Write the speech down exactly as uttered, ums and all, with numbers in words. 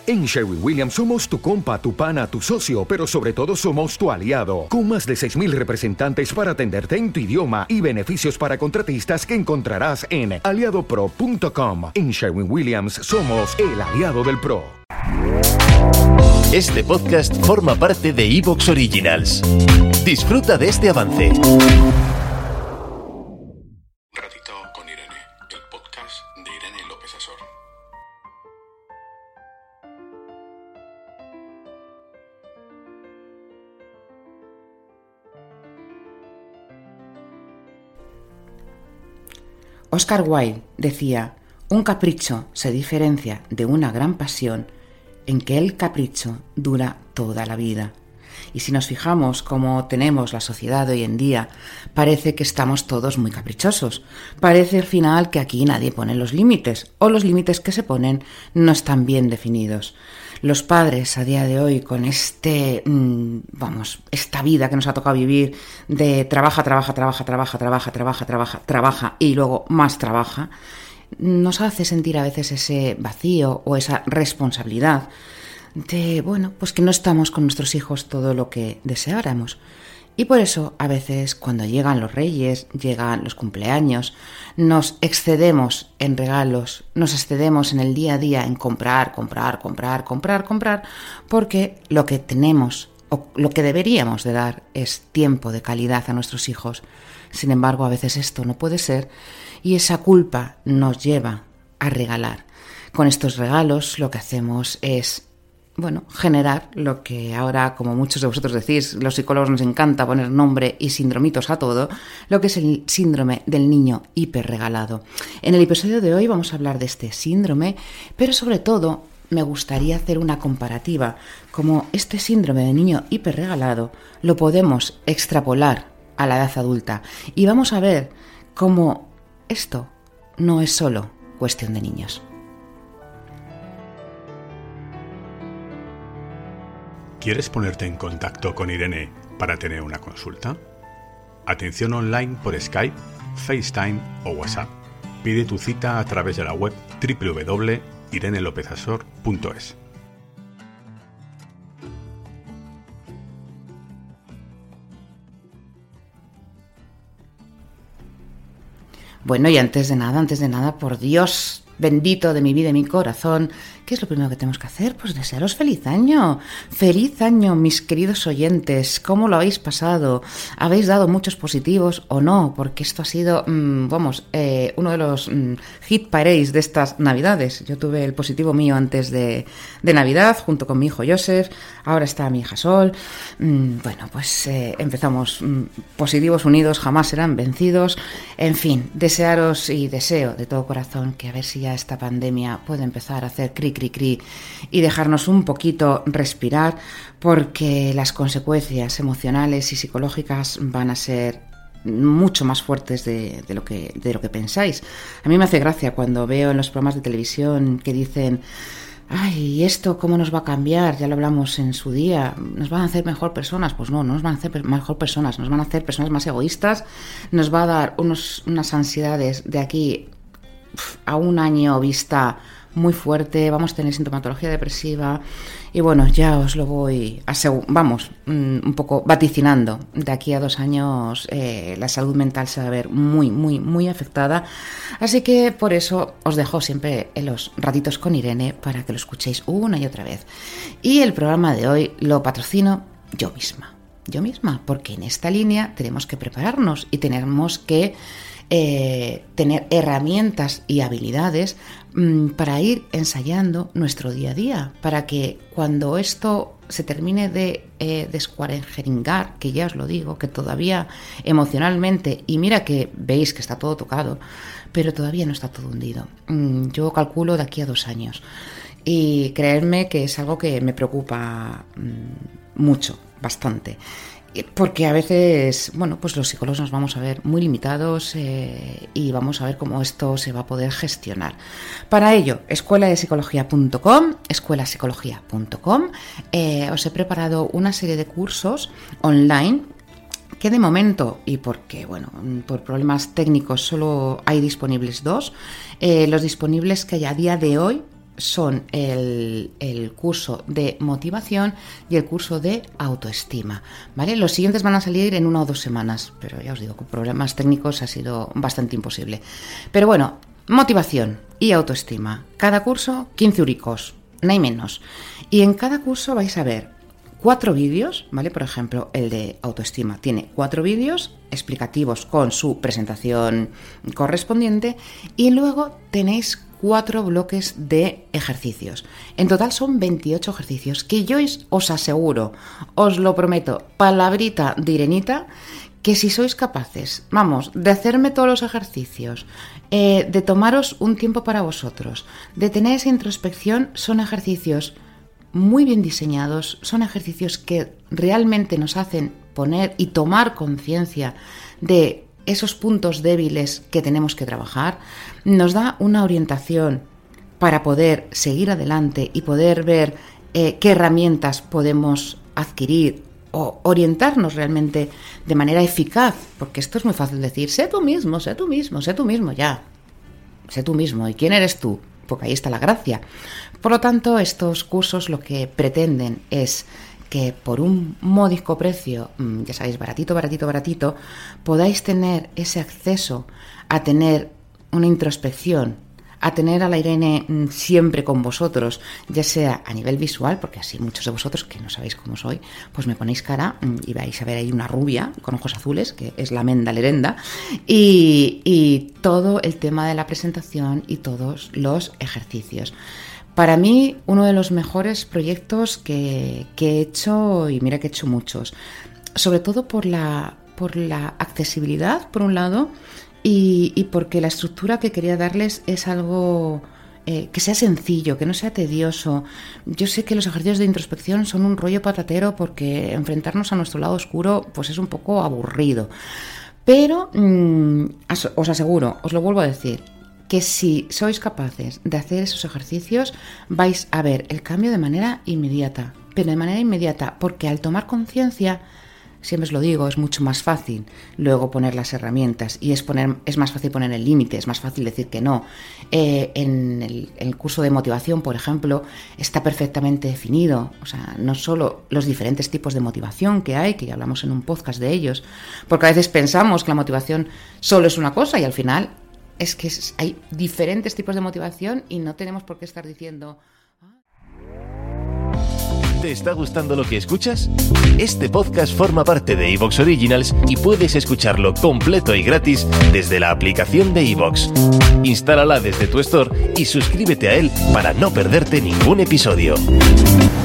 En Sherwin-Williams somos tu compa, tu pana, tu socio, pero sobre todo somos tu aliado, con más de seis mil representantes para atenderte en tu idioma y beneficios para contratistas que encontrarás en aliado pro punto com. En Sherwin-Williams somos el aliado del pro. Este podcast forma parte de iVoox Originals. Disfruta de este avance. Ratito con Irene, el podcast de Irene López Asor. Oscar Wilde decía: un capricho se diferencia de una gran pasión en que el capricho dura toda la vida. Y si nos fijamos cómo tenemos la sociedad de hoy en día, parece que estamos todos muy caprichosos. Parece al final que aquí nadie pone los límites, o los límites que se ponen no están bien definidos. Los padres a día de hoy, con este, mmm, vamos, esta vida que nos ha tocado vivir de trabaja, trabaja, trabaja, trabaja, trabaja, trabaja, trabaja, trabaja y luego más trabaja, nos hace sentir a veces ese vacío o esa responsabilidad de, bueno, pues que no estamos con nuestros hijos todo lo que deseáramos. Y por eso, a veces, cuando llegan los reyes, llegan los cumpleaños, nos excedemos en regalos, nos excedemos en el día a día en comprar, comprar, comprar, comprar, comprar, porque lo que tenemos o lo que deberíamos de dar es tiempo de calidad a nuestros hijos. Sin embargo, a veces esto no puede ser y esa culpa nos lleva a regalar. Con estos regalos lo que hacemos es, bueno, generar lo que ahora, como muchos de vosotros decís, los psicólogos nos encanta poner nombre y síndromitos a todo, lo que es el síndrome del niño hiperregalado. En el episodio de hoy vamos a hablar de este síndrome, pero sobre todo me gustaría hacer una comparativa, como este síndrome del niño hiperregalado lo podemos extrapolar a la edad adulta y vamos a ver cómo esto no es solo cuestión de niños. ¿Quieres ponerte en contacto con Irene para tener una consulta? Atención online por Skype, FaceTime o WhatsApp. Pide tu cita a través de la web doble u doble u doble u punto irene lópez asor punto es. Bueno, y antes de nada, antes de nada, por Dios bendito de mi vida y mi corazón, ¿qué es lo primero que tenemos que hacer? Pues desearos feliz año. ¡Feliz año, mis queridos oyentes! ¿Cómo lo habéis pasado? ¿Habéis dado muchos positivos o no? Porque esto ha sido, mmm, vamos, eh, uno de los mmm, hit parades de estas Navidades. Yo tuve el positivo mío antes de, de Navidad, junto con mi hijo Joseph. Ahora está mi hija Sol. Mm, bueno, pues eh, empezamos. Mm, positivos unidos jamás serán vencidos. En fin, desearos y deseo de todo corazón que a ver si ya esta pandemia puede empezar a hacer cri cri cri y dejarnos un poquito respirar, porque las consecuencias emocionales y psicológicas van a ser mucho más fuertes de, de lo que de lo que pensáis. A mí me hace gracia cuando veo en los programas de televisión que dicen: ay, ¿y esto cómo nos va a cambiar? Ya lo hablamos en su día. ¿Nos van a hacer mejor personas? Pues no, no nos van a hacer mejor personas, nos van a hacer personas más egoístas, nos va a dar unos, unas ansiedades de aquí a un año vista muy fuerte, vamos a tener sintomatología depresiva y bueno, ya os lo voy asegu- vamos, un poco vaticinando. De aquí a dos años eh, la salud mental se va a ver muy, muy, muy afectada, así que por eso os dejo siempre en los ratitos con Irene para que lo escuchéis una y otra vez. Y el programa de hoy lo patrocino yo misma, yo misma, porque en esta línea tenemos que prepararnos y tenemos que Eh, tener herramientas y habilidades mmm, para ir ensayando nuestro día a día, para que cuando esto se termine de eh, descuarengeringar, que ya os lo digo, que todavía emocionalmente, y mira que veis que está todo tocado, pero todavía no está todo hundido. Mm, yo calculo de aquí a dos años. Y creedme que es algo que me preocupa mmm, mucho, bastante. Porque a veces, bueno, pues los psicólogos nos vamos a ver muy limitados eh, y vamos a ver cómo esto se va a poder gestionar. Para ello, escuela de psicología punto com, escuela psicología punto com, eh, os he preparado una serie de cursos online que de momento, y porque, bueno, por problemas técnicos solo hay disponibles dos, eh, los disponibles que hay a día de hoy son el, el curso de motivación y el curso de autoestima, ¿vale? Los siguientes van a salir en una o dos semanas, pero ya os digo, con problemas técnicos ha sido bastante imposible. Pero bueno, motivación y autoestima. Cada curso, quince euricos, no hay menos. Y en cada curso vais a ver cuatro vídeos, ¿vale? Por ejemplo, el de autoestima tiene cuatro vídeos explicativos con su presentación correspondiente y luego tenéis cuatro bloques de ejercicios. En total son veintiocho ejercicios que yo os aseguro, os lo prometo, palabrita de Irenita, que si sois capaces, vamos, de hacerme todos los ejercicios, eh, de tomaros un tiempo para vosotros, de tener esa introspección, son ejercicios muy bien diseñados, son ejercicios que realmente nos hacen poner y tomar conciencia de esos puntos débiles que tenemos que trabajar, nos da una orientación para poder seguir adelante y poder ver eh, qué herramientas podemos adquirir o orientarnos realmente de manera eficaz, porque esto es muy fácil decir, sé tú mismo, sé tú mismo, sé tú mismo, ya, sé tú mismo, ¿y quién eres tú? Porque ahí está la gracia. Por lo tanto, estos cursos lo que pretenden es que por un módico precio, ya sabéis, baratito, baratito, baratito, podáis tener ese acceso a tener una introspección, a tener a la Irene siempre con vosotros, ya sea a nivel visual, porque así muchos de vosotros, que no sabéis cómo soy, pues me ponéis cara y vais a ver ahí una rubia con ojos azules, que es la Menda Lerenda, y, y todo el tema de la presentación y todos los ejercicios. Para mí, uno de los mejores proyectos que, que he hecho, y mira que he hecho muchos, sobre todo por la, por la accesibilidad, por un lado, y, y porque la estructura que quería darles es algo eh, que sea sencillo, que no sea tedioso. Yo sé que los ejercicios de introspección son un rollo patatero porque enfrentarnos a nuestro lado oscuro pues es un poco aburrido. Pero mmm, os aseguro, os lo vuelvo a decir, que si sois capaces de hacer esos ejercicios vais a ver el cambio de manera inmediata, pero de manera inmediata, porque al tomar conciencia, siempre os lo digo, es mucho más fácil luego poner las herramientas y es, poner, es más fácil poner el límite, es más fácil decir que no. Eh, en el, el curso de motivación, por ejemplo, está perfectamente definido, o sea, no solo los diferentes tipos de motivación que hay, que ya hablamos en un podcast de ellos, porque a veces pensamos que la motivación solo es una cosa y al final es que hay diferentes tipos de motivación y no tenemos por qué estar diciendo... ¿Te está gustando lo que escuchas? Este podcast forma parte de iVoox Originals y puedes escucharlo completo y gratis desde la aplicación de iVoox. Instálala desde tu store y suscríbete a él para no perderte ningún episodio.